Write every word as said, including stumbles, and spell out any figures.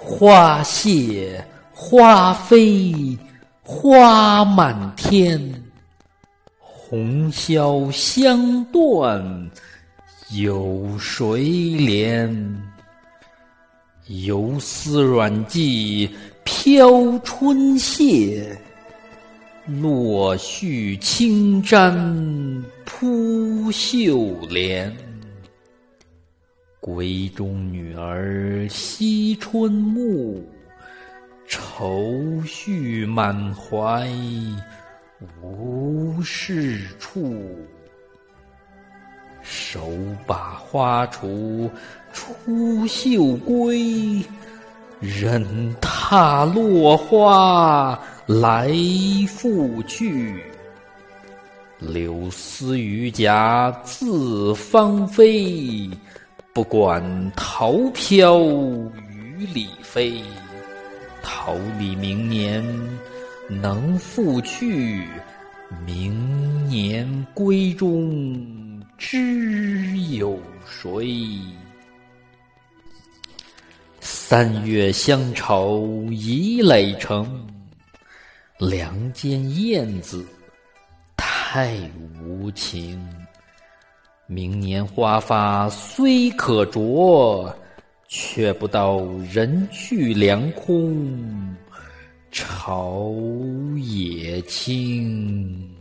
花谢花飞花满天，红消香断有谁怜？游丝软髻飘春榭，落絮轻沾扑绣帘。闺中女儿惜春暮，愁绪满怀无是处。手把花锄出绣归，任踏落花来复去。柳丝榆荚自芳菲，不管桃飘雨里飞。桃李明年能复去，明年闺中知有谁？三月乡愁已垒成，梁间燕子太无情。明年花发虽可啄，却不到人去凉空，朝野青。